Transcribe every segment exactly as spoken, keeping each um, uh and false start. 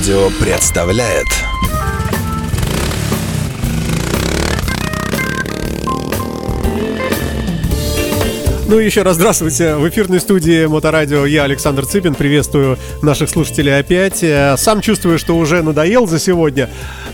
Моторадио представляет. Ну и еще раз здравствуйте. В эфирной студии Моторадио я, Александр Цыпин. Приветствую наших слушателей опять. Сам чувствую, что уже надоел за сегодня,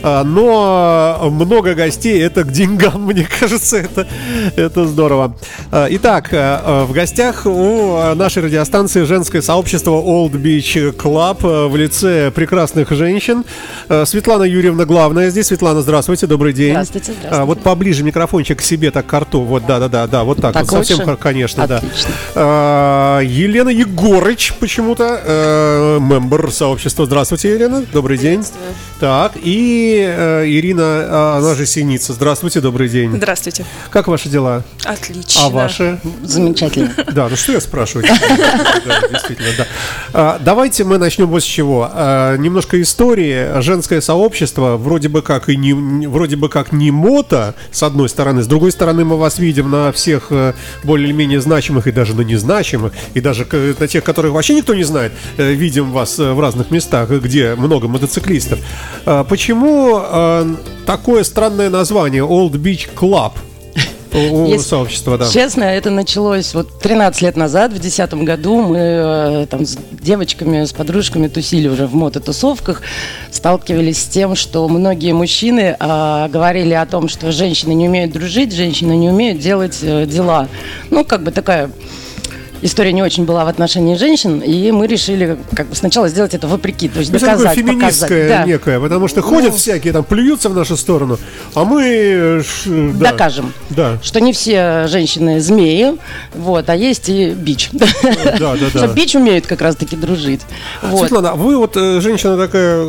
но много гостей — это к деньгам, мне кажется, это, это здорово. Итак, в гостях у нашей радиостанции женское сообщество Old Beach Club в лице прекрасных женщин. Светлана Юрьевна главная здесь. Светлана, здравствуйте, добрый день. Здравствуйте, здравствуйте. Вот поближе микрофончик к себе, так к рту. Вот, да-да-да, да, вот так, так вот совсем, лучше? Конечно, Отлично. да. А, Елена Егорыч почему-то, э, мембер сообщества. Здравствуйте, Елена, добрый день. Так, и э, Ирина, она же Синица. Здравствуйте, добрый день. Здравствуйте. Как ваши дела? Отлично. А ваши? Замечательно. Да, ну что я спрашиваю? Да, действительно, да. А, давайте мы начнем вот с чего. А, немножко истории. Женское сообщество вроде бы как и не, вроде бы как не мото, с одной стороны. С другой стороны, мы вас видим на всех более-менее значимых и даже на незначимых, и даже на тех, которых вообще никто не знает. Видим вас в разных местах, где много мотоциклистов. А, почему а, такое странное название Old Beach Club? У Если сообщества, да. Честно, это началось вот тринадцать лет назад, в две тысячи десятом году. Мы э, там с девочками, с подружками тусили уже в мототусовках, сталкивались с тем, что многие мужчины э, говорили о том, что женщины не умеют дружить, женщины не умеют делать э, дела. Ну, как бы такая... История не очень была в отношении женщин, и мы решили как бы сначала сделать это вопреки, то есть это доказать, такое феминистское показать. Да. некое, потому что ходят ну, всякие, там плюются в нашу сторону, а мы да, докажем, да. что не все женщины змеи, вот, а есть и бич. Да, да, да. Что бич умеет как раз-таки дружить. Вот. Светлана, вы вот женщина такая,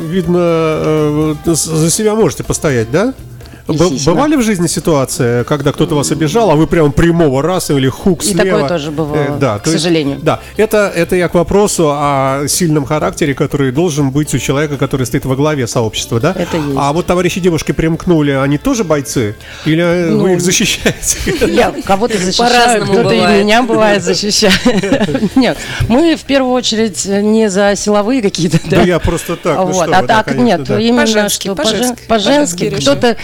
видно, за себя можете постоять, да? Бывали в жизни ситуации, когда кто-то вас обижал, а вы прям прямого раз или хук слева? И такое тоже бывало, э, да, к сожалению. Есть, да, это, это я к вопросу о сильном характере, который должен быть у человека, который стоит во главе сообщества, да? Это есть. А вот товарищи девушки примкнули, они тоже бойцы? Или ну, вы их защищаете? Я кого-то защищаю, кто-то и меня бывает защищает. Нет, мы в первую очередь не за силовые какие-то, да? Да я просто так, ну что А так нет, именно что по-женски, кто-то...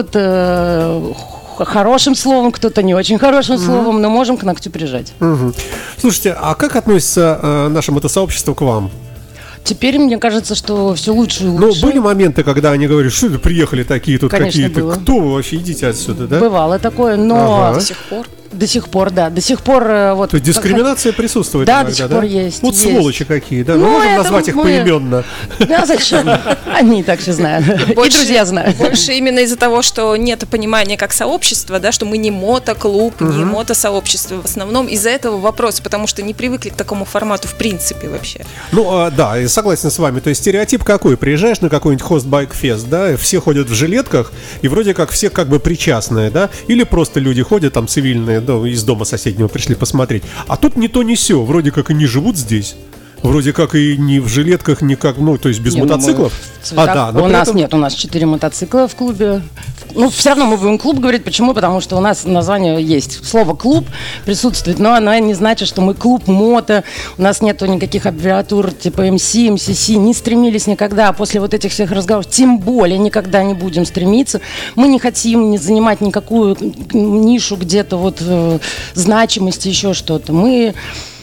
Кто-то хорошим словом, кто-то не очень хорошим mm-hmm. словом, но можем к ногтю прижать. Mm-hmm. Слушайте, а как относится э, наше мотосообщество к вам? Теперь мне кажется, что все лучше и лучше. Ну, были моменты, когда они говорят, что это приехали такие тут Конечно, какие-то. было. Кто вы вообще, идите отсюда, да? Бывало такое, но ага. До сих пор. До сих пор, да, до сих пор вот. То есть дискриминация как... присутствует да, иногда, до сих да? пор есть. Вот есть. сволочи какие, да? Ну, мы можем назвать их мы... поименно. Да, зачем? Они и так все знают. Больше, и друзья знают. Больше именно из-за того, что нет понимания как сообщества, да, что мы не мотоклуб, угу. не мотосообщество. В основном из-за этого вопроса, потому что не привыкли к такому формату в принципе вообще. Ну, да, я согласен с вами. То есть стереотип какой? Приезжаешь на какой-нибудь хостбайк-фест, да, все ходят в жилетках, и вроде как все как бы причастные, да? Или просто люди ходят там цивильные, да, из дома соседнего пришли посмотреть. А тут ни то, ни сё. Вроде как и не живут здесь. Вроде как и не в жилетках, никак, ну, то есть без не, мотоциклов. Ну, а, да, но у нас этом... нет, у нас четыре мотоцикла в клубе. Ну, все равно мы будем клуб говорить. Почему? Потому что у нас название есть. Слово клуб присутствует, но оно не значит, что мы клуб мото. У нас нету никаких аббревиатур типа эм си, эм си си. Не стремились никогда. После вот этих всех разговоров тем более никогда не будем стремиться. Мы не хотим не занимать никакую нишу где-то вот э, значимости, еще что-то. Мы...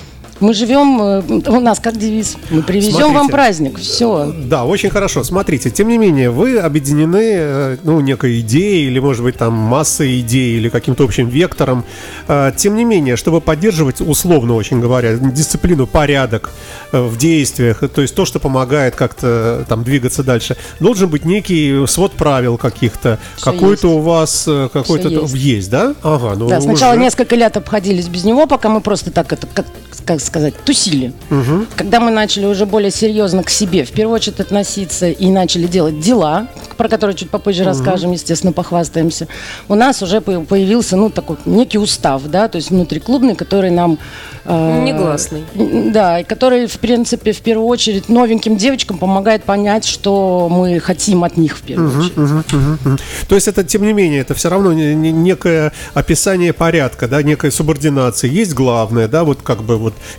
Мы живем, у нас как девиз, мы привезем Смотрите. вам праздник, все. Да, очень хорошо. Смотрите, тем не менее, вы объединены, ну, некой идеей, или, может быть, там, массой идей, или каким-то общим вектором. Тем не менее, чтобы поддерживать, условно очень говоря, дисциплину, порядок в действиях, то есть то, что помогает как-то там двигаться дальше, должен быть некий свод правил каких-то. Все какой-то есть. У вас, какой-то есть. есть, да? Ага, ну, да, уже... сначала несколько лет обходились без него, пока мы просто так это, как, как сказать, тусили. Угу. Когда мы начали уже более серьезно к себе, в первую очередь, относиться и начали делать дела, про которые чуть попозже угу. расскажем, естественно, похвастаемся, у нас уже появился, ну, такой некий устав, да, то есть внутриклубный, который нам... Э, Негласный. Да, и который, в принципе, в первую очередь новеньким девочкам помогает понять, что мы хотим от них в первую угу, очередь. Угу, угу, угу. То есть это, тем не менее, это все равно не, не, некое описание порядка, да, некая субординация. Есть главное, да, вот как бы вот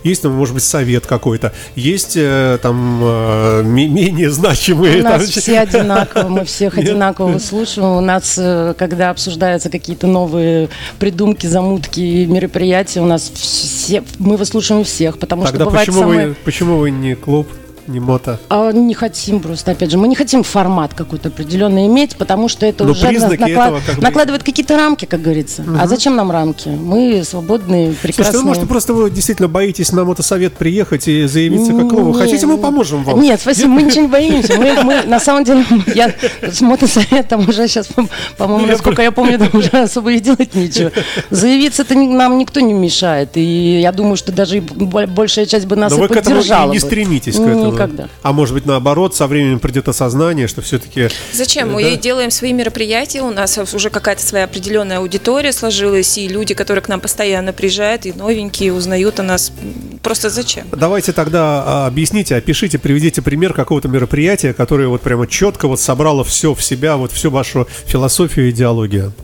есть, ну, может быть, совет какой-то, есть э, там э, менее значимые. У нас там, все одинаково, мы всех Нет? одинаково слушаем. У нас, когда обсуждаются какие-то новые придумки, замутки, мероприятия, у нас все, мы выслушиваем всех, потому Тогда что бывает почему самое... вы, почему вы не клуб? Не мото. А не хотим просто, опять же, мы не хотим формат какой-то определенный иметь, потому что это Но уже наклад... этого, как бы... накладывает какие-то рамки, как говорится. Угу. А зачем нам рамки? Мы свободные, прекрасные. Слушайте, ну, может, просто вы действительно боитесь на мотосовет приехать и заявиться как клубу? Хотите, мы поможем вам? Нет, спасибо, мы ничего не боимся. Мы, мы на самом деле, я с мотосоветом уже сейчас, по-моему, насколько я помню, там уже особо и делать нечего. Заявиться-то нам никто не мешает. И я думаю, что даже большая часть бы нас Но и поддержала. Но вы к этому не стремитесь, к этому? Никогда. А может быть, наоборот, со временем придет осознание, что все-таки... Зачем? Да? Мы делаем свои мероприятия, у нас уже какая-то своя определенная аудитория сложилась, и люди, которые к нам постоянно приезжают, и новенькие, узнают о нас. Просто зачем? Давайте тогда объясните, опишите, приведите пример какого-то мероприятия, которое вот прямо четко вот собрало все в себя, вот всю вашу философию и идеологию.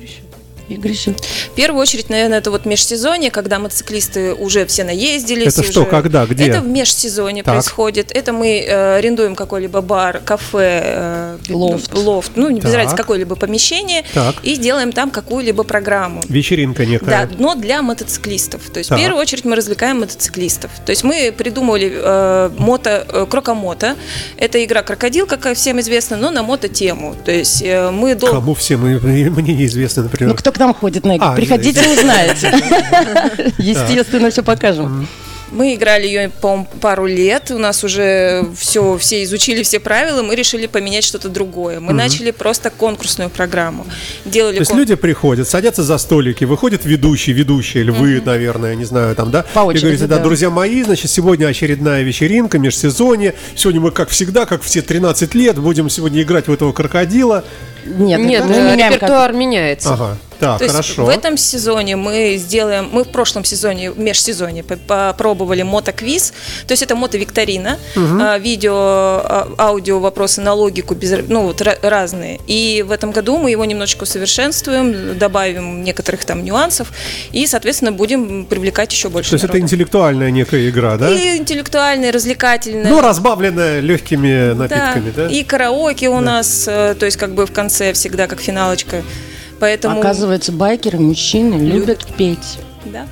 Игрища. В первую очередь, наверное, это вот межсезонье, когда мотоциклисты уже все наездились. Это что, уже... когда, где? Это в межсезонье так. происходит. Это мы э, арендуем какой-либо бар, кафе, э, лофт. лофт, ну, не без разницы, какое-либо помещение, так. и делаем там какую-либо программу. Вечеринка некая. Да, но для мотоциклистов. То есть, так. в первую очередь, мы развлекаем мотоциклистов. То есть, мы придумали э, мото, э, крокомото. Это игра крокодил, как всем известно, но на мото-тему. То есть, э, мы... Дол... Кому всем? Мне неизвестно, например. Ну, кто к нам ходит на игру? А, приходите, узнаете. Естественно, все покажем. Мы играли ее, по-моему, пару лет. У нас уже все, все изучили все правила. Мы решили поменять что-то другое. Мы mm-hmm. начали просто конкурсную программу. Делали То есть кон... люди приходят, садятся за столики, выходит ведущий, ведущий, или вы, mm-hmm. наверное, не знаю, там, да? По очереди, и говорите, да, да, друзья мои, значит, сегодня очередная вечеринка, межсезонье. Сегодня мы, как всегда, как все тринадцать лет, будем сегодня играть в этого крокодила. Нет, Нет репертуар как... меняется. Ага. Так, То хорошо. есть в этом сезоне мы сделаем, мы в прошлом сезоне, в межсезонье попробовали мотоквиз, то есть это мотовикторина, угу. видео, аудио вопросы на логику, без, ну вот разные. И в этом году мы его немножечко усовершенствуем, добавим некоторых там нюансов и, соответственно, будем привлекать еще больше То есть народу. Это интеллектуальная некая игра, да? И интеллектуальная, развлекательная. Но разбавленная легкими напитками, да? да? И караоке у да. нас, то есть как бы в конце всегда как финалочка. Поэтому... Оказывается, байкеры, мужчины любят, любят петь. Да.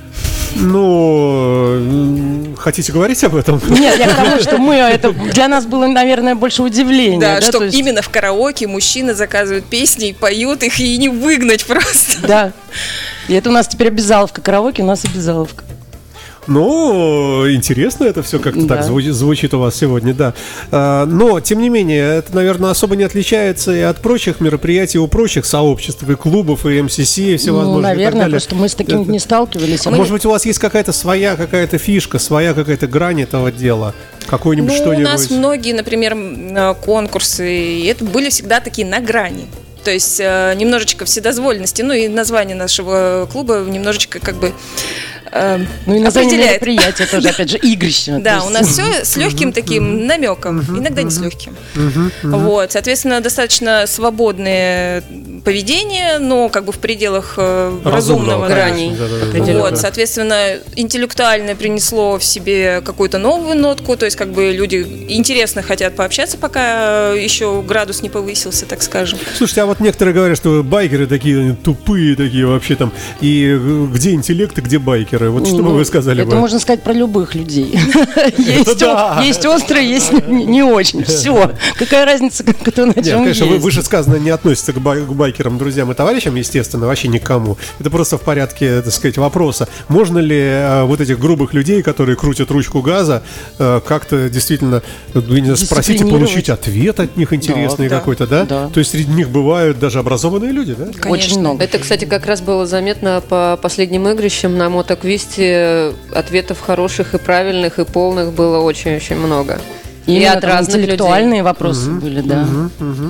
Ну, хотите говорить об этом? Нет, я к тому, что мы, это для нас было, наверное, больше удивления. Да, да что есть... именно в караоке мужчины заказывают песни и поют их, и не выгнать просто. Да, и это у нас теперь обязаловка, караоке у нас обязаловка. Ну, интересно это все как-то да. так звучит, звучит у вас сегодня, да. А, но, тем не менее, это, наверное, особо не отличается и от прочих мероприятий у прочих сообществ, и клубов, и эм си си, и всевозможных. Ну, наверное, и так далее. просто мы с таким это... не сталкивались. А мы... Может быть, у вас есть какая-то своя какая-то фишка, своя какая-то грань этого дела? Какой-нибудь ну, что-нибудь? У нас многие, например, конкурсы, и это были всегда такие на грани. То есть немножечко вседозволенности, ну и название нашего клуба немножечко как бы ну и название мероприятия тоже, опять же, игрище. Да, у нас все с легким таким намеком, иногда не с легким. Вот, соответственно, достаточно свободное поведение, но как бы в пределах разумного граней. Вот, соответственно, интеллектуальное принесло в себе какую-то новую нотку, то есть как бы люди интересно хотят пообщаться, пока еще градус не повысился, так скажем. Слушайте, а вот некоторые говорят, что байкеры такие тупые, такие вообще там, и где интеллект и где байкеры? Вот что бы вы сказали бы? Это можно сказать про любых людей. Есть острые, есть не очень. Все. Какая разница, кто на чем есть? Нет, конечно, вышесказанное не относится к байкерам, друзьям и товарищам, естественно, вообще никому. Это просто в порядке, так сказать, вопроса. Можно ли вот этих грубых людей, которые крутят ручку газа, как-то действительно спросить и получить ответ от них интересный какой-то, да? То есть среди них бывают даже образованные люди, да? Очень много. Это, кстати, как раз было заметно по последним игрищам на мотоквизе. Ответов хороших и правильных и полных было очень-очень много. И, и от разных интеллектуальные людей. вопросы угу, были, да. Угу, угу.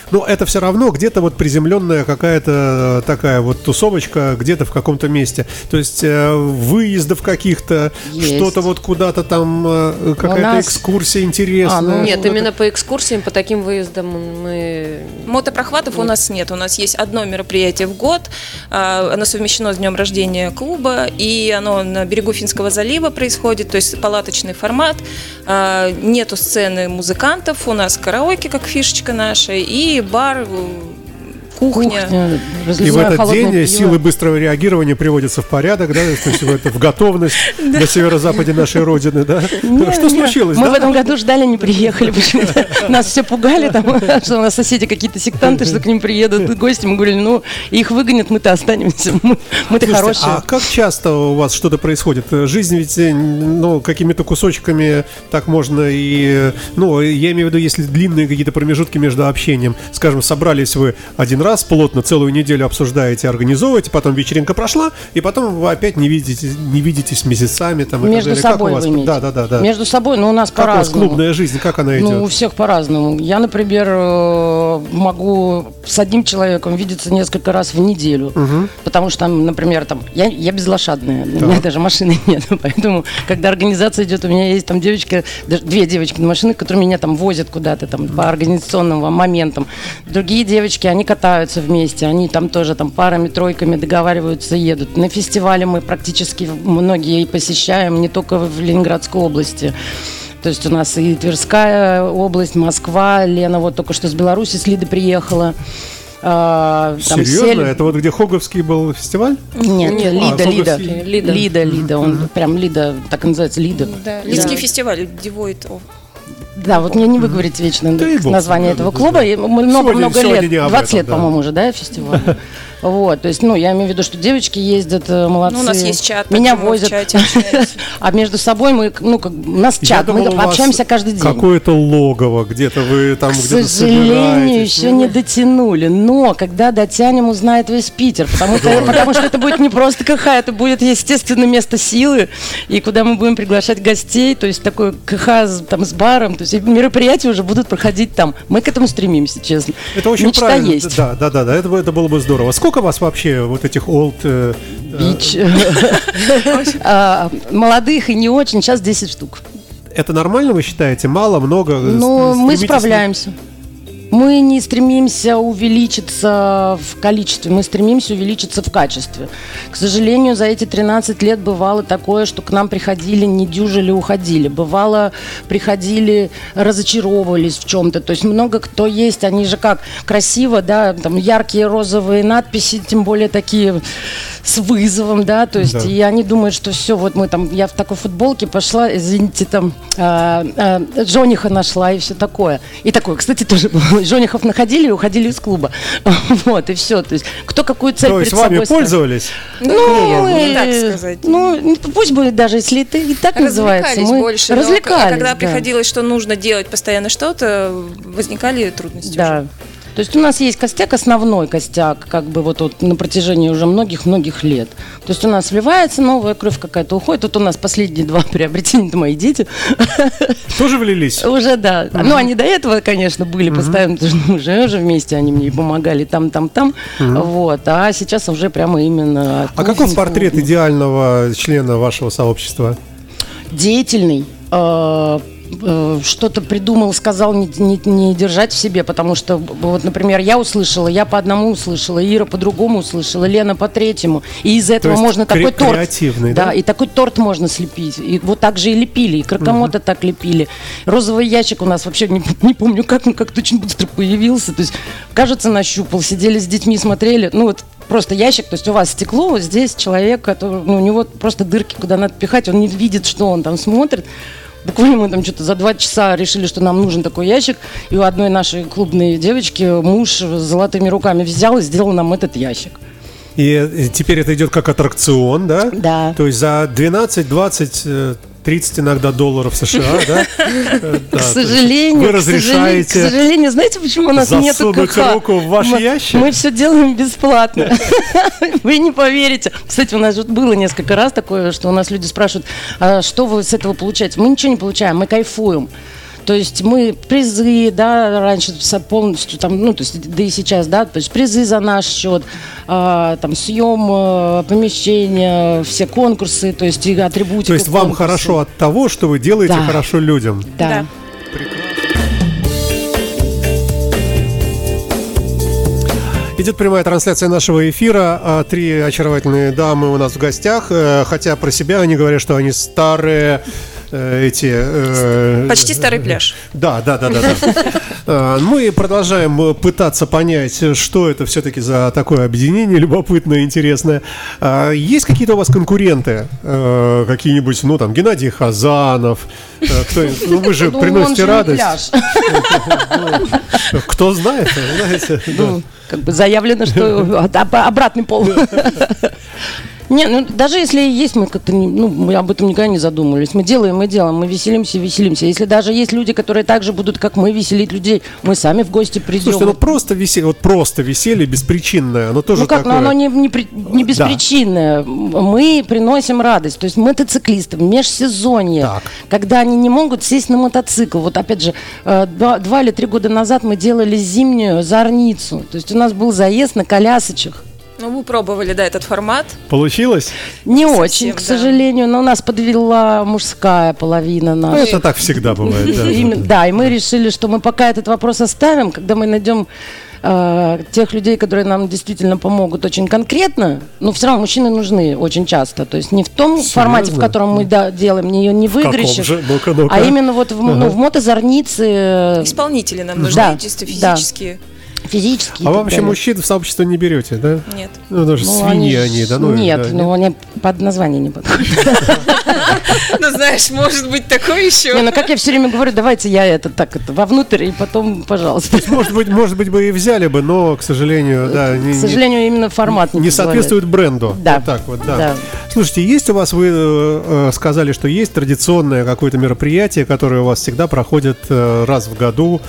но это все равно где-то вот приземленная какая-то такая вот тусовочка где-то в каком-то месте. То есть э, выездов каких-то, есть. Что-то вот куда-то там, э, какая-то нас... экскурсия интересная. А, ну, нет, именно по экскурсиям, по таким выездам мы... Мотопрохватов нет. У нас нет. У нас есть одно мероприятие в год. Оно совмещено с днем рождения клуба, и оно на берегу Финского залива происходит, то есть палаточный формат. Нету сцены музыкантов, у нас караоке, как фишечка наша, и бар, кухня. Кухня, и в этот день пиво. Силы быстрого реагирования приводятся в порядок, да, то есть в готовность на северо-западе нашей родины, да? Что случилось? Мы в этом году ждали, не приехали почему-то. Нас все пугали, что у нас соседи какие-то сектанты, что к ним приедут гости. Мы говорили, ну, их выгонят, мы-то останемся. Мы-то хорошие. А как часто у вас что-то происходит? Жизнь ведь, ну, какими-то кусочками так можно и... Ну, я имею в виду, если длинные какие-то промежутки между общением. Скажем, собрались вы один раз, раз плотно целую неделю обсуждаете, организовываете, потом вечеринка прошла, и потом вы опять не видите, не видитесь месяцами там. Между собой вы имеете? Да, да, да, да. Между собой, но у нас как по-разному. Как у вас клубная жизнь, как она идет? Ну, у всех по-разному. Я, например, могу с одним человеком видеться несколько раз в неделю, угу. потому что, там, например, там, я, я безлошадная, да. у меня даже машины нет, поэтому, когда организация идет, у меня есть там девочки, две девочки на машинах, которые меня там возят куда-то там по организационным моментам. Другие девочки, они катаются вместе, они там тоже там парами, тройками договариваются, едут. На фестивале мы практически многие посещаем, не только в Ленинградской области. То есть у нас и Тверская область, Москва, Лена вот только что с Беларуси, с Лиды приехала. А, там серьезно? Сель... Это вот где Хоговский был фестиваль? Нет, Нет Лида, а, Лида, Лида, Лида, Лида, он mm-hmm. прям Лида, так и называется, Лида. Да, Лидский да. фестиваль, Девойт. Да, вот мне не выговорить вечно да название этого клуба. Мы много-много лет, двадцать лет, по-моему, уже, да, фестиваль. Вот, то есть, ну, я имею в виду, что девочки ездят, молодцы. Ну, у нас есть чат. Меня возят. А между собой мы, ну, как у нас чат, мы общаемся каждый день. Какое-то логово, где-то вы там где-то собираетесь. К сожалению, еще не дотянули. Но когда дотянем, узнает весь Питер. Потому что, потому что это будет не просто КХ, это будет, естественно, место силы. И куда мы будем приглашать гостей. То есть такой КХ там с баром. То есть мероприятия уже будут проходить там. Мы к этому стремимся, честно. Это очень Мечта правильно. Есть. Да, да, да, да. Это, это было бы здорово. Сколько вас вообще вот этих олд... Э, Бич. Молодых и не очень, сейчас десять штук. Это нормально, вы считаете? Мало, много? Ну, мы справляемся. Мы не стремимся увеличиться в количестве, мы стремимся увеличиться в качестве. К сожалению, за эти тринадцать лет бывало такое, что к нам приходили, не дюжили, уходили. Бывало, приходили, разочаровывались в чем-то. То есть много кто есть, они же как красиво, да, там яркие розовые надписи, тем более такие с вызовом, да, то есть да. И они думают, что все, вот мы там, я в такой футболке пошла, извините, там а, а, жениха нашла и все такое. И такое, кстати, тоже было. Женихов находили и уходили из клуба. Вот, и все. То есть, кто какую цель то перед собой... То есть, вами пользовались? Ну, не так сказать. Ну, пусть будет, даже если это и так называется. Мы больше. Развлекались, а когда да. приходилось, что нужно делать постоянно что-то, возникали трудности да. уже. То есть у нас есть костяк, основной костяк, как бы вот, вот на протяжении уже многих-многих лет. То есть у нас вливается новая кровь какая-то, уходит. Вот у нас последние два приобретения, это мои дети. Тоже влились? Уже, да. Uh-huh. Ну, они до этого, конечно, были uh-huh. постоянно, потому что мы живем же вместе, они мне помогали там, там, там. Uh-huh. Вот. А сейчас уже прямо именно... А каков портрет идеального члена вашего сообщества? Деятельный, что-то придумал, сказал, не, не, не держать в себе, потому что, вот, например, я услышала, я по одному услышала, Ира по-другому услышала, Лена по третьему, и из этого можно такой торт, креативный, да? Да, и такой торт можно слепить, и вот так же и лепили, и кракомота угу. так лепили. Розовый ящик у нас вообще не, не помню как, он как-то очень быстро появился, то есть, кажется, нащупал, сидели с детьми, смотрели, ну вот. Просто ящик, то есть у вас стекло, вот здесь человек, который, ну, у него просто дырки, куда надо пихать, он не видит, что он там смотрит. Буквально мы там что-то за два часа решили, что нам нужен такой ящик, и у одной нашей клубной девочки муж с золотыми руками взял и сделал нам этот ящик. И теперь это идет как аттракцион, да? Да. То есть за двенадцать, двадцать, тридцать иногда долларов США, да? К сожалению, вы разрешаете, к сожалению, знаете, почему у нас нет КХ? Засунуть руку в ваш ящик? Мы все делаем бесплатно. Вы не поверите. Кстати, у нас было несколько раз такое, что у нас люди спрашивают, а что вы с этого получаете? Мы ничего не получаем, мы кайфуем. То есть мы призы, да, раньше полностью там, ну, то есть, да и сейчас, да, то есть призы за наш счет, а, там, съем а, помещения, все конкурсы, то есть и атрибутика. То есть вам конкурсы. хорошо от того, что вы делаете Да. хорошо людям. Да. Да. Идет прямая трансляция нашего эфира. Три очаровательные дамы у нас в гостях. Хотя про себя они говорят, что они старые эти... Э, Почти старый пляж. Да, да, да, да, да. Мы продолжаем пытаться понять, что это все-таки за такое объединение любопытное, интересное. Есть какие-то у вас конкуренты? Какие-нибудь, ну там, Геннадий Хазанов? Кто-нибудь? Ну вы же приносите радость. Кто знает, знаете? Как бы заявлено, что обратный пол. Не, ну даже если есть, мы как-то не, ну, мы об этом никогда не задумывались. Мы делаем, мы делаем, мы веселимся, веселимся. Если даже есть люди, которые также будут, как мы, веселить людей, мы сами в гости придем. Слушайте, ну просто веселье, вот просто веселье беспричинное, оно тоже ну как, такое... ну оно не, не, не беспричинное. Да. Мы приносим радость. То есть мотоциклисты в межсезонье, так. когда они не могут сесть на мотоцикл. Вот опять же, два, два или три года назад мы делали зимнюю зорницу. То есть у нас был заезд на колясочках. Ну, мы пробовали, да, этот формат. Получилось? Не Совсем, очень, к да. сожалению, но у нас подвела мужская половина наша. Ну, это так всегда бывает, да. Именно, да, и мы решили, что мы пока этот вопрос оставим, когда мы найдем э, тех людей, которые нам действительно помогут очень конкретно, но все равно мужчины нужны очень часто. То есть не в том Серьезно? формате, в котором мы да, делаем, не, не в игрищах, ну-ка, ну-ка. а именно вот в, ага. ну, в мотозорнице. Исполнители нам нужны, да, чисто физические. Да. Физически. А вы вообще мужчин в сообщество не берете, да? Нет. Ну, даже ну, свиньи они, они, да? Ну, нет, да, ну они под название не подходят. Ну, знаешь, может быть такое еще. Не, ну как я все время говорю, давайте я это так это вовнутрь и потом, пожалуйста. Может быть, может быть, бы и взяли бы, но, к сожалению, да. К сожалению, именно формат не соответствует бренду. Да. Вот так вот, да. Слушайте, есть у вас, вы сказали, что есть традиционное какое-то мероприятие, которое у вас всегда проходит раз в году.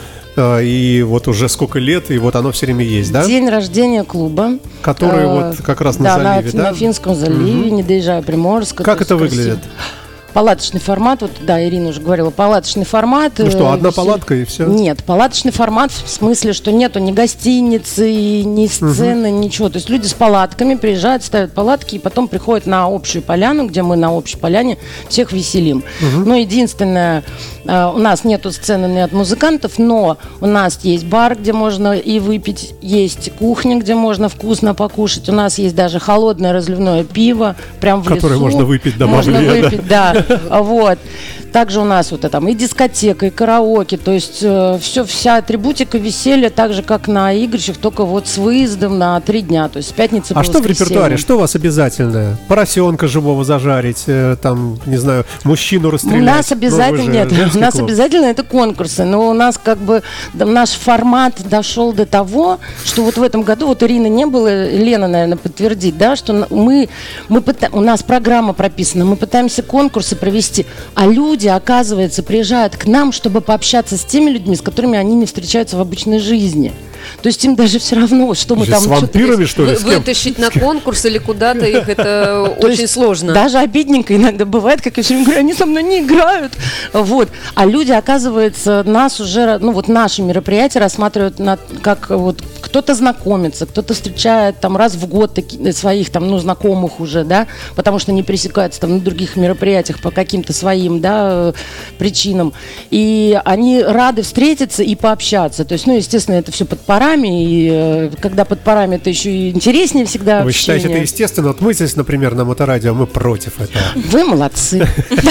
И вот уже сколько лет, и вот оно все время есть, да? День рождения клуба. Который э, вот как раз на да, заливе, на, да? на Финском заливе, угу. не доезжая Приморска. Как это выглядит? Палаточный формат, вот, да, Ирина уже говорила, палаточный формат. Ну что, одна палатка и все? Нет, палаточный формат в смысле, что нету ни гостиницы, ни сцены, угу. ничего. То есть люди с палатками приезжают, ставят палатки и потом приходят на общую поляну, где мы на общей поляне всех веселим. Угу. Но единственное, у нас нету сцены ни от музыкантов, но у нас есть бар, где можно и выпить, есть кухня, где можно вкусно покушать. У нас есть даже холодное разливное пиво, прям в лесу. Которое можно выпить до Можно выпить, да. Вот. Также у нас вот там и дискотека, и караоке, то есть э, все, вся атрибутика веселья, так же, как на игрищах, только вот с выездом на три дня, то есть с пятницы по А что в репертуаре? Что у вас обязательное? Поросенка живого зажарить, э, там, не знаю, мужчину расстрелять? У нас обязательно, нет, у нас клуб. обязательно это конкурсы, но у нас как бы да, наш формат дошел до того, что вот в этом году, вот Ирины не было, Лена, наверное, подтвердит, да, что мы, мы пыта, у нас программа прописана, мы пытаемся конкурсы провести, а люди, оказывается, приезжают к нам, чтобы пообщаться с теми людьми, с которыми они не встречаются в обычной жизни. То есть им даже все равно, что мы там... С вампирами, что ли? Вы, вытащить на конкурс или куда-то их, это очень сложно. Даже обидненько иногда бывает, как я все время говорю, они со мной не играют. Вот. А люди, оказывается, нас уже, ну вот наши мероприятия рассматривают на, как вот кто-то знакомится, кто-то встречает там раз в год таки, своих там, ну, знакомых уже, да, потому что не пересекаются там на других мероприятиях по каким-то своим, да, причинам. И они рады встретиться и пообщаться. То есть, ну, естественно, это все под парами, и э, когда под парами, это еще и интереснее всегда. Вы общение. считаете это естественно? Вот мы здесь, например, на Моторадио, мы против этого. Вы молодцы.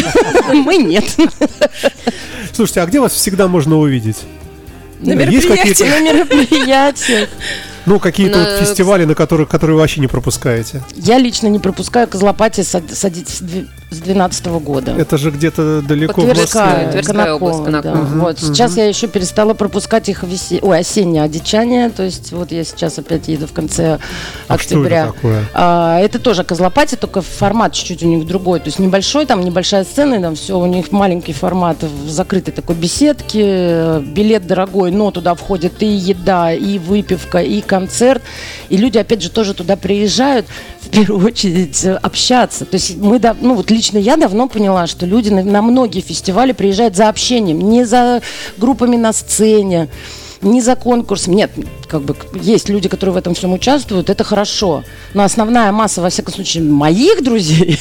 Мы нет. Слушайте, а где вас всегда можно увидеть? На мероприятиях. На мероприятиях. Ну, какие-то вот фестивали, на которых, которые вы вообще не пропускаете. Я лично не пропускаю Козлопатия садить с двенадцатого года. Это же где-то далеко в Москве. Тверская область, да. Конаково. Угу, вот. Угу. Сейчас я еще перестала пропускать их весе... Ой, осеннее одичание. То есть вот я сейчас опять еду в конце а октября. Что это такое? А, это тоже Козлопатия, только формат чуть-чуть у них другой. То есть небольшой, там небольшая сцена, там все, у них маленький формат в закрытой такой беседке. Билет дорогой, но туда входит и еда, и выпивка, и концерт. И люди, опять же, тоже туда приезжают в первую очередь общаться. То есть мы, ну вот лично я давно поняла, что люди на, на многие фестивали приезжают за общением, не за группами на сцене, не за конкурсом. Нет, как бы есть люди, которые в этом всем участвуют, это хорошо. Но основная масса, во всяком случае, моих друзей,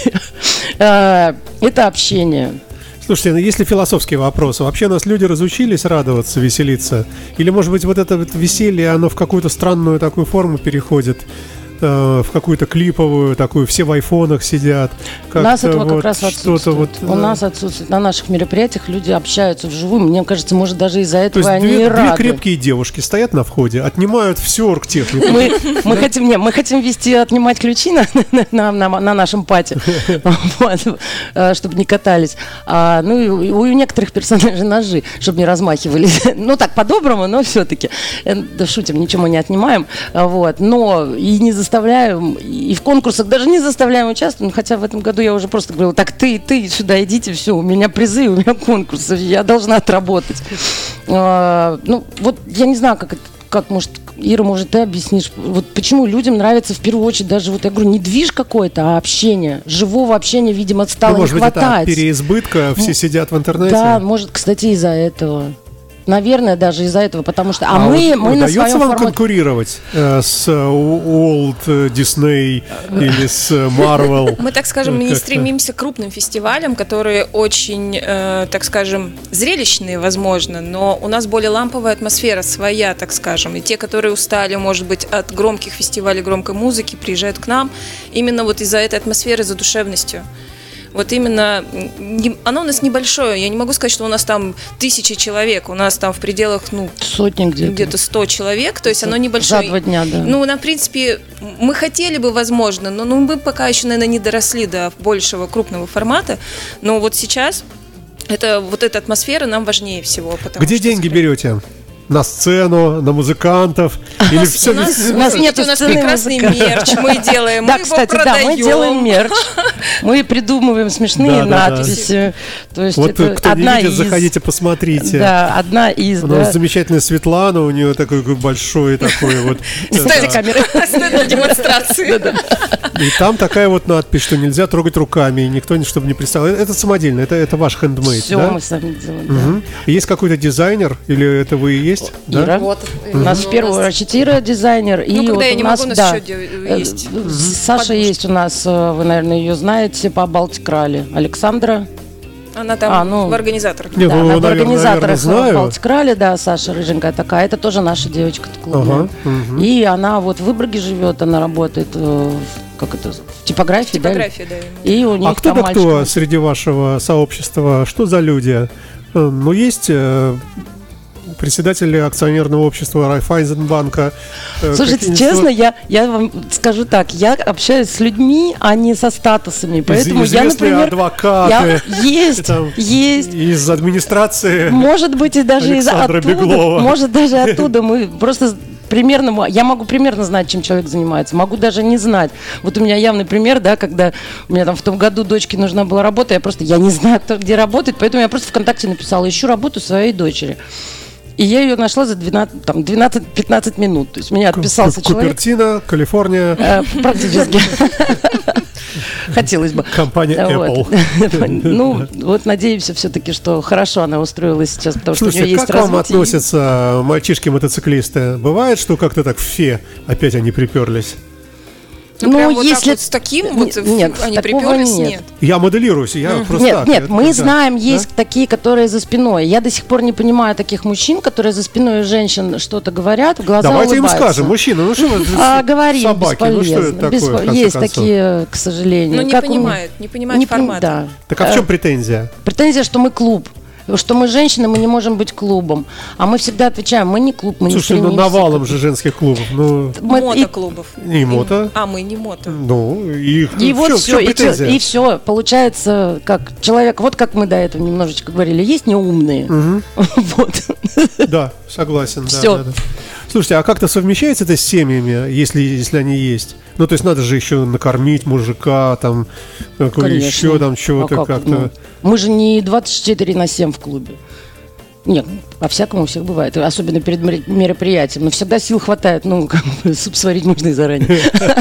это общение. Слушайте, ну если философский вопрос, вообще нас люди разучились радоваться, веселиться? Или, может быть, вот это вот веселье, оно в какую-то странную такую форму переходит? В какую-то клиповую, такую, все в айфонах сидят. У нас этого вот как раз отсутствует. Вот, У да. нас отсутствует. На наших мероприятиях люди общаются вживую. Мне кажется, может, даже из-за этого То есть они две, и рады. Две крепкие девушки стоят на входе, отнимают всю оргтехнику. Мы, мы, хотим, не, мы хотим вести, отнимать ключи на, на, на, на нашем пати, вот, чтобы не катались. А, ну, и у некоторых персонажей ножи, чтобы не размахивались. Ну, так, по-доброму, но все-таки. Да, шутим, ничего мы не отнимаем. Вот, но и не заставляем, и в конкурсах даже не заставляем участвовать, хотя в этом году я уже просто говорила, так ты, ты сюда идите, все, у меня призы, у меня конкурсы, я должна отработать. А, ну, вот я не знаю, как это, как, может, Ира, может, ты объяснишь, вот почему людям нравится в первую очередь даже, вот я говорю, не движ какой-то, а общение, живого общения, видимо, стало ну, может не быть, хватать. Это от переизбытка, все ну, сидят в интернете? Да, может, кстати, из-за этого. Наверное, даже из-за этого, потому что... А, а мы, вот, мы на своем удается вам формате... конкурировать э, с Уолт Дисней или с Marvel? Мы, так скажем, мы не стремимся к крупным фестивалям, которые очень, э, так скажем, зрелищные, возможно, но у нас более ламповая атмосфера своя, так скажем. И те, которые устали, может быть, от громких фестивалей громкой музыки, приезжают к нам именно вот из-за этой атмосферы, задушевностью. Вот именно, оно у нас небольшое, я не могу сказать, что у нас там тысячи человек, у нас там в пределах, ну, сотни где-то, где-то сто человек, то есть оно небольшое. За два дня, да. Ну, на принципе, мы хотели бы, возможно, но ну, мы пока еще, наверное, не доросли до большего крупного формата, но вот сейчас это, вот эта атмосфера нам важнее всего. Где деньги берете? На сцену, на музыкантов? Или все? У нас, у нас нет, у нас прекрасный мерч, мы делаем, да, мы кстати, его продаем. Да, мы делаем мерч, мы придумываем смешные да, надписи. Да. То есть вот это кто одна не видит, из... заходите, посмотрите. Да, одна из. У нас да. замечательная Светлана, у нее такой большой такой вот стенд камеры, стенд демонстрации. И там такая вот надпись, что нельзя трогать руками, и никто, чтобы не представил. Это самодельно, это, это ваш хендмейд, все да? мы сами делаем, угу. да. Есть какой-то дизайнер, или это вы и есть? Ира. Да? Вот. У нас в первую очередь Ира дизайнер. Ну, и когда вот я у не нас, могу, у нас да, еще есть. Саша подушка. Есть у нас, вы, наверное, ее знаете, по Балтикрале. Александра. Она там а, ну, в организаторах. Нет, да, ну, она наверное, в организаторах в Балтикрале, да, Саша рыженькая такая. Это тоже наша девочка клубная. Ага, угу. И она вот в Выборге живет, она работает в, как это, в типографии, типографии да? да. И у них а кто да кто среди вашего сообщества? Что за люди? Ну, есть... председатель акционерного общества Райффайзенбанка. Слушайте, честно, я, я вам скажу так, я общаюсь с людьми, а не со статусами, поэтому из, я, например, адвокаты, я, есть, там, есть, из администрации, может быть и даже Александра из оттуда, Беглова. может даже оттуда мы просто примерно, я могу примерно знать, чем человек занимается, могу даже не знать. Вот у меня явный пример, да, когда у меня там в том году дочке нужна была работа, я просто, я не знаю, кто где работает, поэтому я просто ВКонтакте написала, ищу работу своей дочери. И я ее нашла за двенадцать-пятнадцать минут. То есть меня отписался человек. Купертино, Калифорния. Э, практически. Хотелось бы. Компания Apple. Ну, вот надеемся все-таки, что хорошо она устроилась сейчас, потому что у нее есть развитие. Как к вам относятся мальчишки-мотоциклисты? Бывает, что как-то так в фе опять они приперлись? Ну, ну вот если вот с таким вот нет, они приперлись, нет. нет. Я моделируюсь, я mm. просто нет, так. Нет, это, мы да. знаем, есть да? такие, которые за спиной. Я до сих пор не понимаю таких мужчин, которые за спиной женщин что-то говорят, в глаза Давайте улыбаются. им скажем, мужчина, ну что вы а, говорим, собаки, ну что это такое, Беспол... Есть такие, к сожалению. Ну не как понимают, мы... не понимают не формат. Да. Так а в чем претензия? Претензия, что мы клуб. Что мы женщины, мы не можем быть клубом. А мы всегда отвечаем, мы не клуб, мы Слушай, не стремимся. ну навалом же женских клубов. Ну... Мотоклубов. И, и мото. А мы не мото. Ну, и, и ну, вот все, все, и, и все. Получается, как человек, вот как мы до этого немножечко говорили, есть неумные. Угу. Вот. Да, согласен. Все. Да, да, да. Слушайте, а как-то совмещается это с семьями, если, если они есть? Ну, то есть надо же еще накормить мужика, там, еще там чего-то а как? как-то. Ну, мы же не двадцать четыре на семь в клубе. Нет, по-всякому у всех бывает, особенно перед мероприятием. Но всегда сил хватает, ну, как бы суп сварить можно и заранее.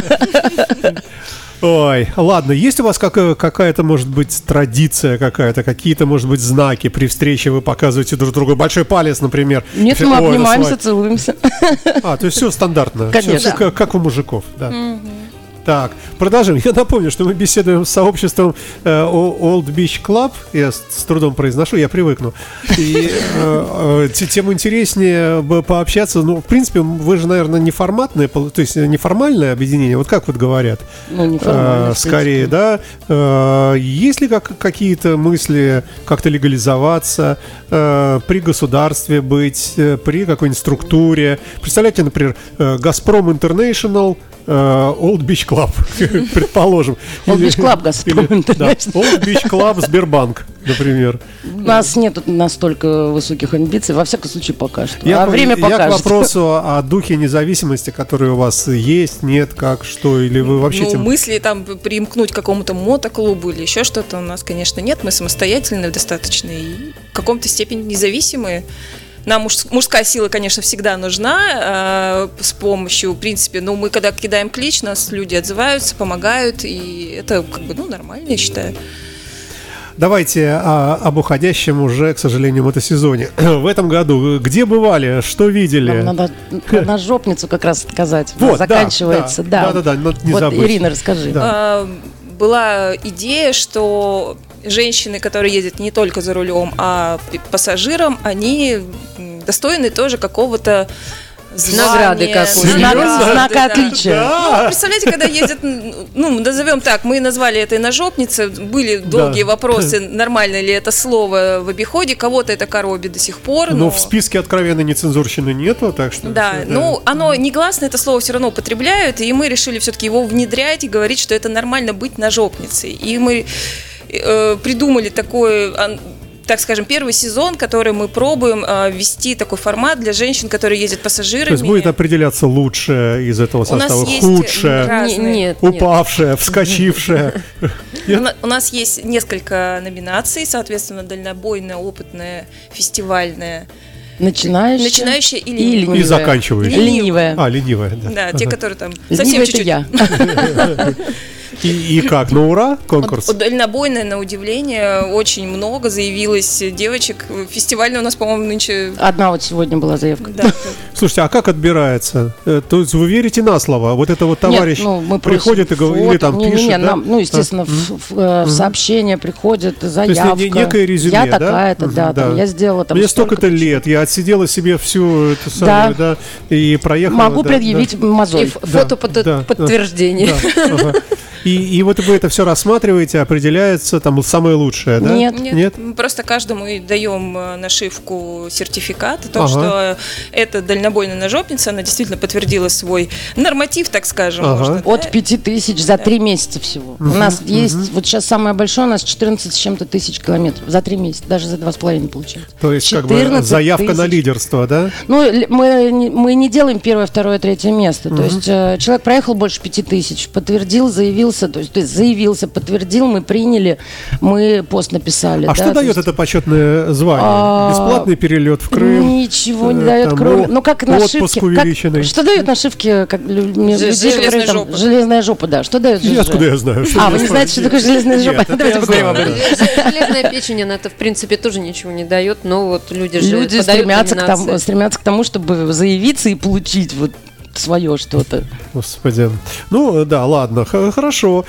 Ой, ладно, есть у вас как, какая-то, может быть, традиция какая-то, какие-то, может быть, знаки при встрече вы показываете друг другу? Большой палец, например. Нет, мы Ой, обнимаемся, целуемся. А, то есть все стандартно. Конечно. Все, как, как у мужиков, да. Mm-hmm. Так, продолжим. Я напомню, что мы беседуем с сообществом э, Old Beach Club. Я с, с трудом произношу, я привыкну. И э, э, тем интереснее пообщаться. Ну, в принципе, вы же, наверное, неформатное, то есть неформальное объединение. Вот как вот говорят? Ну, неформальное. Э, скорее, да. Э, есть ли как, какие-то мысли как-то легализоваться, э, при государстве быть, э, при какой-нибудь структуре? Представляете, например, э, Газпром International, Old Beach Club, предположим. Old Beach Club, Газпром International. Old Beach Club, Сбербанк, например. У нас нет настолько высоких амбиций, во всяком случае, пока что. Я, а время покажет. Я к вопросу о духе независимости, который у вас есть, нет, как, что, или вы вообще... Ну, тем... мысли там примкнуть к какому-то мотоклубу или еще что-то у нас, конечно, нет. Мы самостоятельные достаточно и в каком-то степени независимые. Нам муж, мужская сила, конечно, всегда нужна э, с помощью, в принципе, но мы когда кидаем клич, нас люди отзываются, помогают, и это как бы, ну, нормально, я считаю. Давайте а, об уходящем уже, к сожалению, мотосезоне. В этом году где бывали, что видели? Нам надо на жопницу как раз сказать. Вот, заканчивается, да. Да, да, да, не вот, забыть. Ирина, расскажи. Да. А, была идея, что женщины, которые ездят не только за рулем, а пассажирам, они достойны тоже какого-то звания, награды какой-то. Знака, знака да. отличия. Да. Ну, представляете, когда ездят, ну, назовем так, мы назвали это ножопница, были долгие да. вопросы, нормально ли это слово в обиходе, кого-то это коробит до сих пор. Но, но в списке откровенной нецензурщины нету, так что... Да, все, ну, да. оно негласно, это слово все равно употребляют, и мы решили все-таки его внедрять и говорить, что это нормально быть ножопницей. И мы э, придумали такой... так скажем, первый сезон, который мы пробуем э, ввести такой формат для женщин, которые ездят пассажирами. То есть будет определяться лучшее из этого состава, худшее, нет, упавшее, нет. вскочившее. У нас есть несколько номинаций, соответственно, дальнобойная, опытная, фестивальная. Начинающая, Начинающая и ленивая. И заканчивающая. Ленивая. А, ленивая, да. Да, ага. те, которые там ленивая совсем чуть-чуть. Я. И, и как, на ура конкурс? Дальнобойная, на удивление, очень много заявилось девочек. Фестивальный у нас, по-моему, нынче... Одна вот сегодня была заявка. Да. Слушайте, а как отбирается? То есть вы верите на слово? Вот это вот товарищ Нет, ну, мы приходит и говорит, или там не, пишет, не, не, да? нам, ну, естественно, а? в, в, в сообщение приходит заявка. То есть некое резюме, я да? такая-то, да, да. Там, я сделала там мне столько-то лет, я отсидела себе всю эту самую, да, да и проехала. Могу да, предъявить да. мозоль. И фото да, да, подтверждение. Да, ага. И, и вот вы это все рассматриваете, определяется там самое лучшее, да? Нет. Нет, Нет? мы просто каждому даем нашивку сертификат, то, ага. что эта дальнобойная ножопница, она действительно подтвердила свой норматив, так скажем. Ага. Можно, От да? пяти тысяч за три месяца всего. Угу, у нас угу. есть, вот сейчас самое большое, у нас четырнадцать с чем-то тысяч километров. За три месяца, даже за два с половиной получается. То есть как бы заявка тысяч. На лидерство, да? Ну, мы, мы не делаем первое, второе, третье место. Угу. То есть э, человек проехал больше пяти тысяч, подтвердил, заявился, то есть, то есть заявился, подтвердил, мы приняли, мы пост написали. А да, что дает есть... это почетное звание? А... Бесплатный перелет в Крым? Ничего не дает, кроме... Ну, как нашивки. Отпуск увеличенный. Как... Что дает нашивки? Как... Железная которые, там... жопа. Железная жопа, да. Что дает железная? Откуда я знаю? А, вы не знаете, что такое железная жопа? Давайте поговорим об этом. Железная печень, она-то, в принципе, тоже ничего не дает, но вот люди же Люди стремятся к, тому, стремятся к тому, чтобы заявиться и получить вот свое что-то. Господи. Ну, да, ладно, х- хорошо.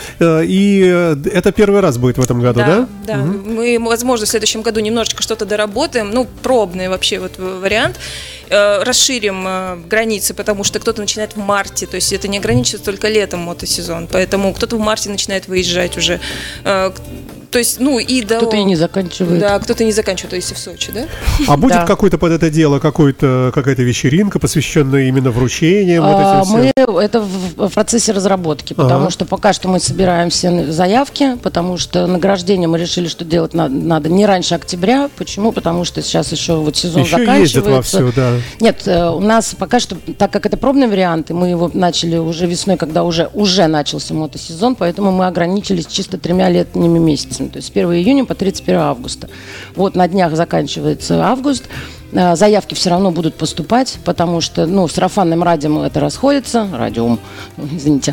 И это первый раз будет в этом году, да? Да, да. Угу. Мы, возможно, в следующем году немножечко что-то доработаем. Ну, пробный вообще вот вариант. Расширим границы, потому что кто-то начинает в марте. То есть это не ограничивается только летом мотосезон. Поэтому кто-то в марте начинает выезжать уже. То есть, ну, и до... Кто-то и не заканчивает. Да, кто-то не заканчивает, то есть в Сочи, да? А будет да. какое-то под это дело, какой-то, какая-то вечеринка, посвященная именно вручениям? А, вот мы это в, в процессе разработки, потому ага. что пока что мы собираем все заявки, потому что награждение мы решили, что делать надо, надо не раньше октября. Почему? Потому что сейчас еще вот сезон еще заканчивается. Ездят вовсю, да. Нет, у нас пока что, так как это пробный вариант, и мы его начали уже весной, когда уже, уже начался мотосезон, поэтому мы ограничились чисто тремя летними месяцами. июня, то есть с первого июня по тридцать первое августа. Вот на днях заканчивается август. Заявки все равно будут поступать, потому что, ну, сарафанным радио это расходится, радиум, извините.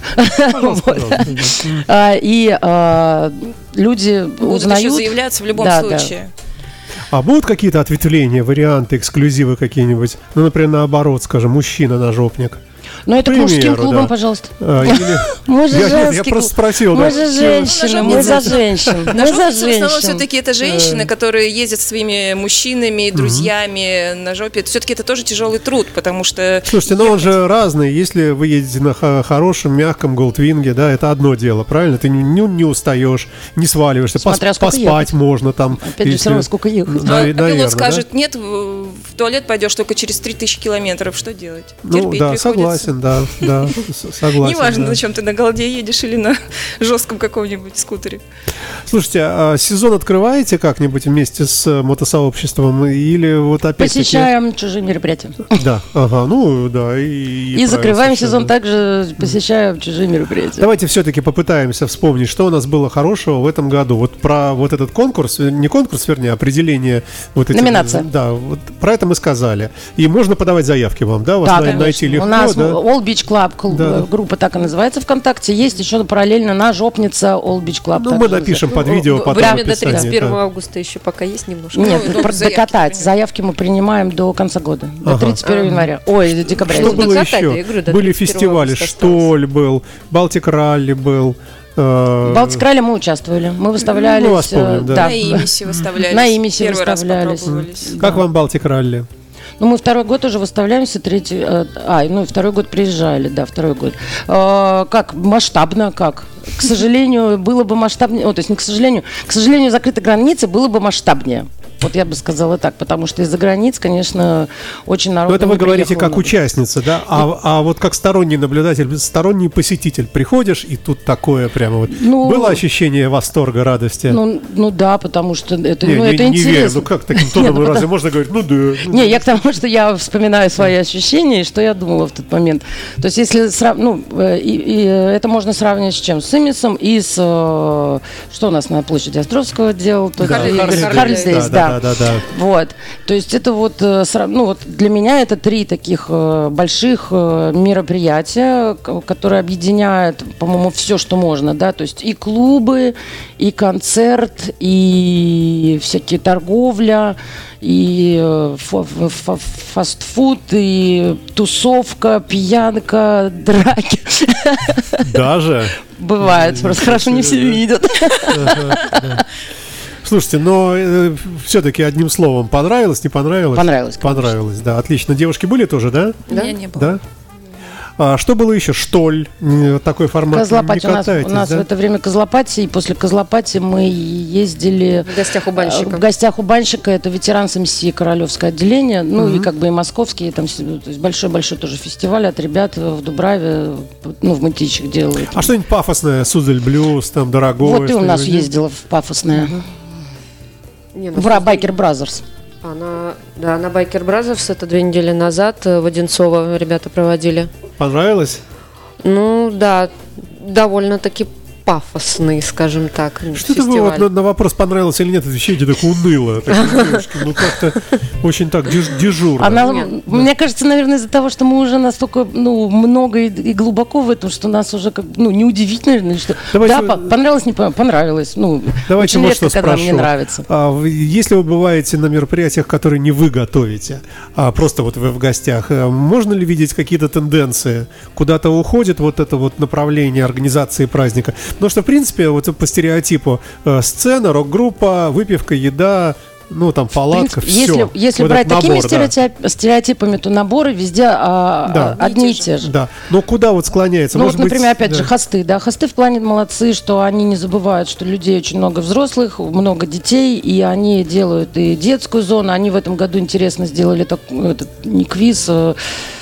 И люди узнают. Будут еще заявляться в любом случае. А будут какие-то ответвления, варианты, эксклюзивы какие-нибудь? Ну, например, наоборот, скажем, мужчина-ножопник. Ну, это к мужским клубам, да. Пожалуйста. А, или... Мы же я, женский нет, я просто спросил. Мы да. же женщины, мы за женщин. Мы за женщин. В основном все-таки это женщины, которые ездят со своими мужчинами, друзьями на жопе. Все-таки это тоже тяжелый труд, потому что... Слушайте, ну он же разный. Если вы едете на хорошем, мягком голдвинге, да, это одно дело, правильно? Ты не, не устаешь, не сваливаешься, Смотря пос, поспать ехать. можно там. Опять же, все равно сколько ехать. А, а пилот скажет, да? Нет, в туалет пойдешь только через три тысячи километров. Что делать? Ну, Терпеть да, приходится. согласен, да, да, согласен. Неважно, да. на чем ты, на голде едешь или на жестком каком-нибудь скутере. Слушайте, а сезон открываете как-нибудь вместе с мотосообществом или вот опять посещаем чужие мероприятия. Да, ага, ну да. И, и закрываем сезон также, посещая чужие мероприятия. Давайте все-таки попытаемся вспомнить, что у нас было хорошего в этом году. Вот про вот этот конкурс, не конкурс, вернее, определение. Вот этих, номинация. Да, вот про это мы сказали. И можно подавать заявки вам, да? Вас да, на, найти легко. У нас да? All Beach Club, клуб, да. Группа так и называется ВКонтакте. Есть еще параллельно ножопница All Beach Club. Ну, мы напишем под видео потом. Время до тридцать первого августа еще пока есть немножко. Нет, ну, докатать. Заявки мы принимаем до конца года. До тридцать первого января. Ой, до декабря. Что было еще? Были фестивали, Штоль был, Балтик Ралли был. Балтик Ралли мы участвовали. Мы выставлялись. Ну, помним, да. Да. На Имисе выставлялись. На Имисе Первый выставлялись. Как да. вам Балтик Ралли? Ну, мы второй год уже выставляемся, третий, а, ну, и второй год приезжали, да, второй год. А, как, масштабно, как? К сожалению, было бы масштабнее, о, то есть не к сожалению, к сожалению, закрытой границы было бы масштабнее. Вот я бы сказала так, потому что из-за границ, конечно, очень народу. Но это вы говорите как много. Участница, да? А, а вот как сторонний наблюдатель, сторонний посетитель, приходишь, и тут такое прямо вот. Ну, было ощущение восторга, радости? Ну, ну да, потому что это, не, ну, не, это не интересно. Верю. Ну как таким тоном разве потому... можно говорить, ну да. Не, я к тому, что я вспоминаю свои ощущения, и что я думала в тот момент. То есть если, срав... ну, и, и это можно сравнивать с чем? С Имисом и с, что у нас на площади Островского делал? Харльдейс, да. Да, да, да. Вот, то есть это вот, ну вот для меня это три таких больших мероприятия, которые объединяют, по-моему, все, что можно, да, то есть и клубы, и концерт, и всякие торговля, и фастфуд, и тусовка, пьянка, драки. Даже? Бывает, просто хорошо не все видят. Слушайте, но э, все-таки одним словом, понравилось, не понравилось? Понравилось. Понравилось, да, отлично. Девушки были тоже, да? Да, я не было. Да? А что было еще? Штоль, такой формат. Козлопати. У нас, у нас да? в это время Козлопати, и после Козлопати мы ездили в гостях у банщика. В гостях у банщика, это ветеран с МС Королевское отделение, ну mm-hmm. и как бы и московские, там большой-большой тоже фестиваль от ребят в Дубраве, ну в Мытищах делают. А что-нибудь пафосное, Суздаль Блюз, там дорогое? Вот ты у нас ездила в пафосное. Mm-hmm. Не, в Байкер Бразерс. А на, да, на Байкер Бразерс это две недели назад в Одинцово ребята проводили. Понравилось? Ну да, довольно-таки пафосный, скажем так, что-то вы вот на, на вопрос, понравилось или нет, отвечаете так уныло. Ну как-то очень так дежурно. Она, мне кажется, наверное, из-за того, что мы уже настолько ну, много и, и глубоко в этом, что нас уже как ну, неудивительно, что давайте, да, понравилось, не понравилось. Ну, давайте очень вот редко, что когда спрошу. Мне нравится. А, если вы бываете на мероприятиях, которые не вы готовите, а просто вот вы в гостях, можно ли видеть какие-то тенденции? Куда-то уходит вот это вот направление организации праздника? Потому что, в принципе, вот по стереотипу э, сцена, рок-группа, выпивка, еда, ну, там, палатка, принципе, все. Если, если вот брать такими набор, стереотип, да. стереотипами, то наборы везде а, да. а, одни и те же. Да, но куда вот склоняется? Ну, Может вот, например, быть, опять да. же, хосты. Да, хосты в плане молодцы, что они не забывают, что людей очень много взрослых, много детей, и они делают и детскую зону. Они в этом году интересно сделали так, этот, не квиз,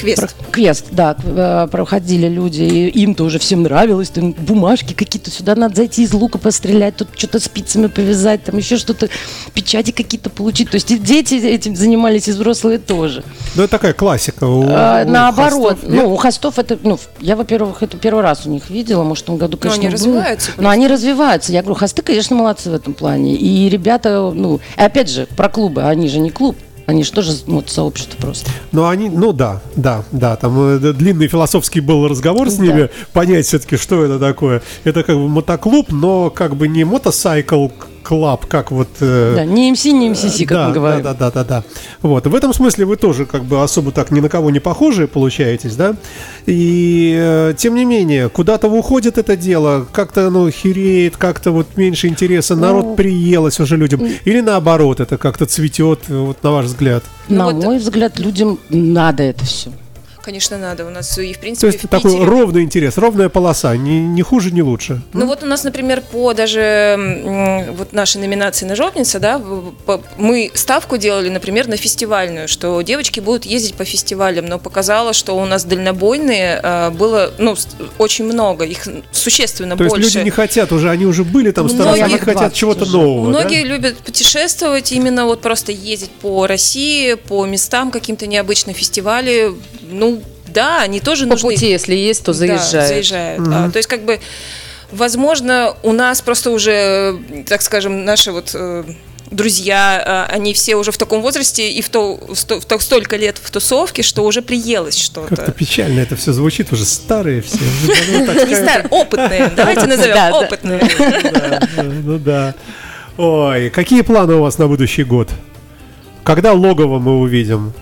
Квест. Квест, да, проходили люди, и им тоже всем нравилось, там бумажки какие-то, сюда надо зайти из лука пострелять, тут что-то спицами повязать, там еще что-то, печати какие-то получить. То есть и дети этим занимались, и взрослые тоже. Ну, это такая классика. У, а, у наоборот, хостов, ну, у хостов это, ну, я, во-первых, это первый раз у них видела, может, в том году, конечно, но они было. развиваются. Но они развиваются. Я говорю, хосты, конечно, молодцы в этом плане. И ребята, ну, и опять же, про клубы, они же не клуб. Они же тоже вот, сообщество просто. Ну, они, ну да, да, да. Там э, длинный философский был разговор с ними, да. Понять все-таки, что это такое. Это как бы мотоклуб, но как бы не мотосайкл клаб, как вот... Э, да, не эм си, не эм си си, как да, мы говорим. Да, да, да, да, да. Вот, в этом смысле вы тоже как бы особо так ни на кого не похожие получаетесь, да? И э, тем не менее, куда-то уходит это дело, как-то оно хереет, как-то вот меньше интереса, народ ну, приелось уже людям. Или наоборот, это как-то цветет, вот на ваш взгляд? На ну, вот... мой взгляд, людям надо это все. Конечно, надо. У нас и в принципе. То есть такой Питере... ровный интерес, ровная полоса, ни, ни хуже, ни лучше. Ну, mm? вот у нас, например, по даже вот нашей номинации на жопница, да, по, мы ставку делали, например, на фестивальную, что девочки будут ездить по фестивалям, но показало, что у нас дальнобойные а, было, ну, очень много, их существенно То больше. То есть люди не хотят уже, они уже были там сто раз, они хотят чего-то уже. нового. Многие да? любят путешествовать, именно вот просто ездить по России, по местам каким-то необычным, фестивалям, ну, да, они тоже по нужны. По пути, если есть, то заезжают. Да, заезжают. Mm-hmm. А, то есть, как бы, возможно, у нас просто уже, так скажем, наши вот э, друзья, э, они все уже в таком возрасте и в, то, в, сто, в то, столько лет в тусовке, что уже приелось что-то. Как-то печально это все звучит, уже старые все. Не старые, опытные. Давайте назовем опытные. Ну да. Ой, какие планы у вас на будущий год? Когда логово мы увидим?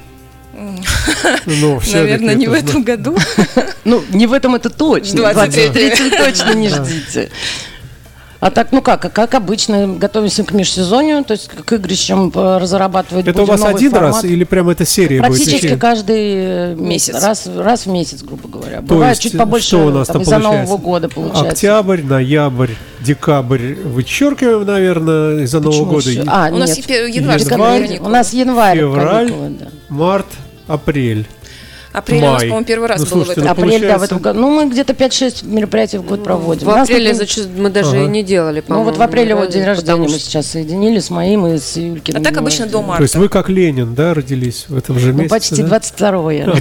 Ну, наверное, не в этом году. Ну, не в этом это точно. двадцать третьем точно не ждите. А так, ну как, как обычно, готовимся к межсезонью, то есть к игрищам разрабатывать это будем у вас новый один формат. раз или прямо это серия Практически будет? Практически каждый месяц. Раз, раз в месяц, грубо говоря. То Бывает есть, чуть побольше, что у нас там из-за Нового года получается. Октябрь, ноябрь, декабрь вычеркиваем, наверное, из-за Нового года. А, у нас нет. январь, январь, у нас январь, февраль, каникулы, да. март, апрель. Апрель у нас, по-моему, первый раз ну, был слушайте, в этом. ну, Апрель, да, в этом году. Ну, мы где-то пять-шесть мероприятий в год проводим. В апреле нас, зачем мы даже ага. и не делали, по-моему. Ну, вот в апреле вот день рождения что... мы сейчас соединили с моим и с Юлькиным. А так обычно до марта. То есть вы как Ленин, да, родились в этом же месяце? Ну, почти да? двадцать второго я.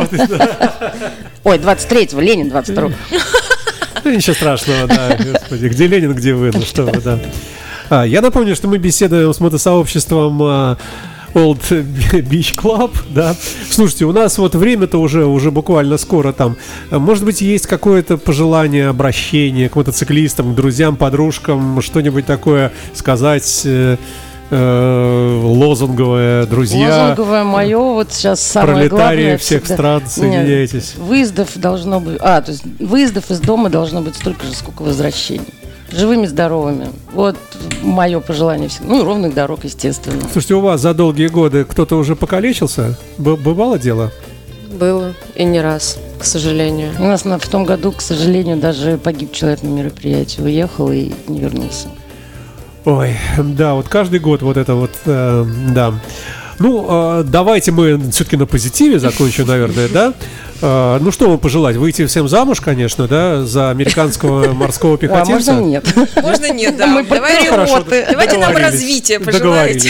Ой, двадцать третьего, Ленин двадцать второго. Ну, ничего страшного, да, господи. Где Ленин, где вы, ну что вы, да. А, я напомню, что мы беседуем с мотосообществом а, Old Beach Club, да. Слушайте, у нас вот время-то уже, уже буквально скоро там. Может быть, есть какое-то пожелание, обращение к мотоциклистам, к друзьям, подружкам, что-нибудь такое сказать, э, э, лозунговое, друзья. Лозунговое мое, вот сейчас самое главное. Пролетарии всех всегда... стран, соединяйтесь. Нет, выездов должно быть, а, то есть выездов из дома должно быть столько же, сколько возвращений. Живыми, здоровыми. Вот мое пожелание всем. Ну и ровных дорог, естественно. Слушайте, у вас за долгие годы кто-то уже покалечился? Б- бывало дело? Было. И не раз, к сожалению. У нас на, в том году, к сожалению, даже погиб человек на мероприятии. Уехал и не вернулся. Ой, да, вот каждый год вот это вот, э, да. Ну, э, давайте мы все-таки на позитиве закончим, наверное, да? Э, ну, что вам пожелать? Выйти всем замуж, конечно, да, за американского морского пехотинца? А можно нет? Можно нет, да. Мы патриоты. Давайте нам развитие пожелаете.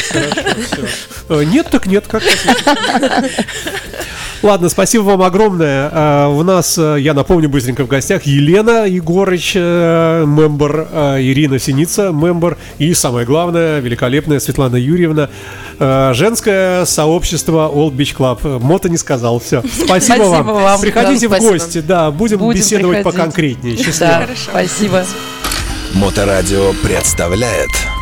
Нет, так нет, как хотите. Ладно, спасибо вам огромное. Uh, у нас, uh, я напомню быстренько, в гостях Елена Егорыч, uh, мембер, uh, Ирина Синица, мембер, и самое главное, великолепная Светлана Юрьевна, uh, женское сообщество Old Beach Club. Мото не сказал, все. Спасибо, спасибо вам. вам. Приходите да, в гости, да, будем, будем беседовать приходить. Поконкретнее. Счастливо. Да, спасибо. Моторадио представляет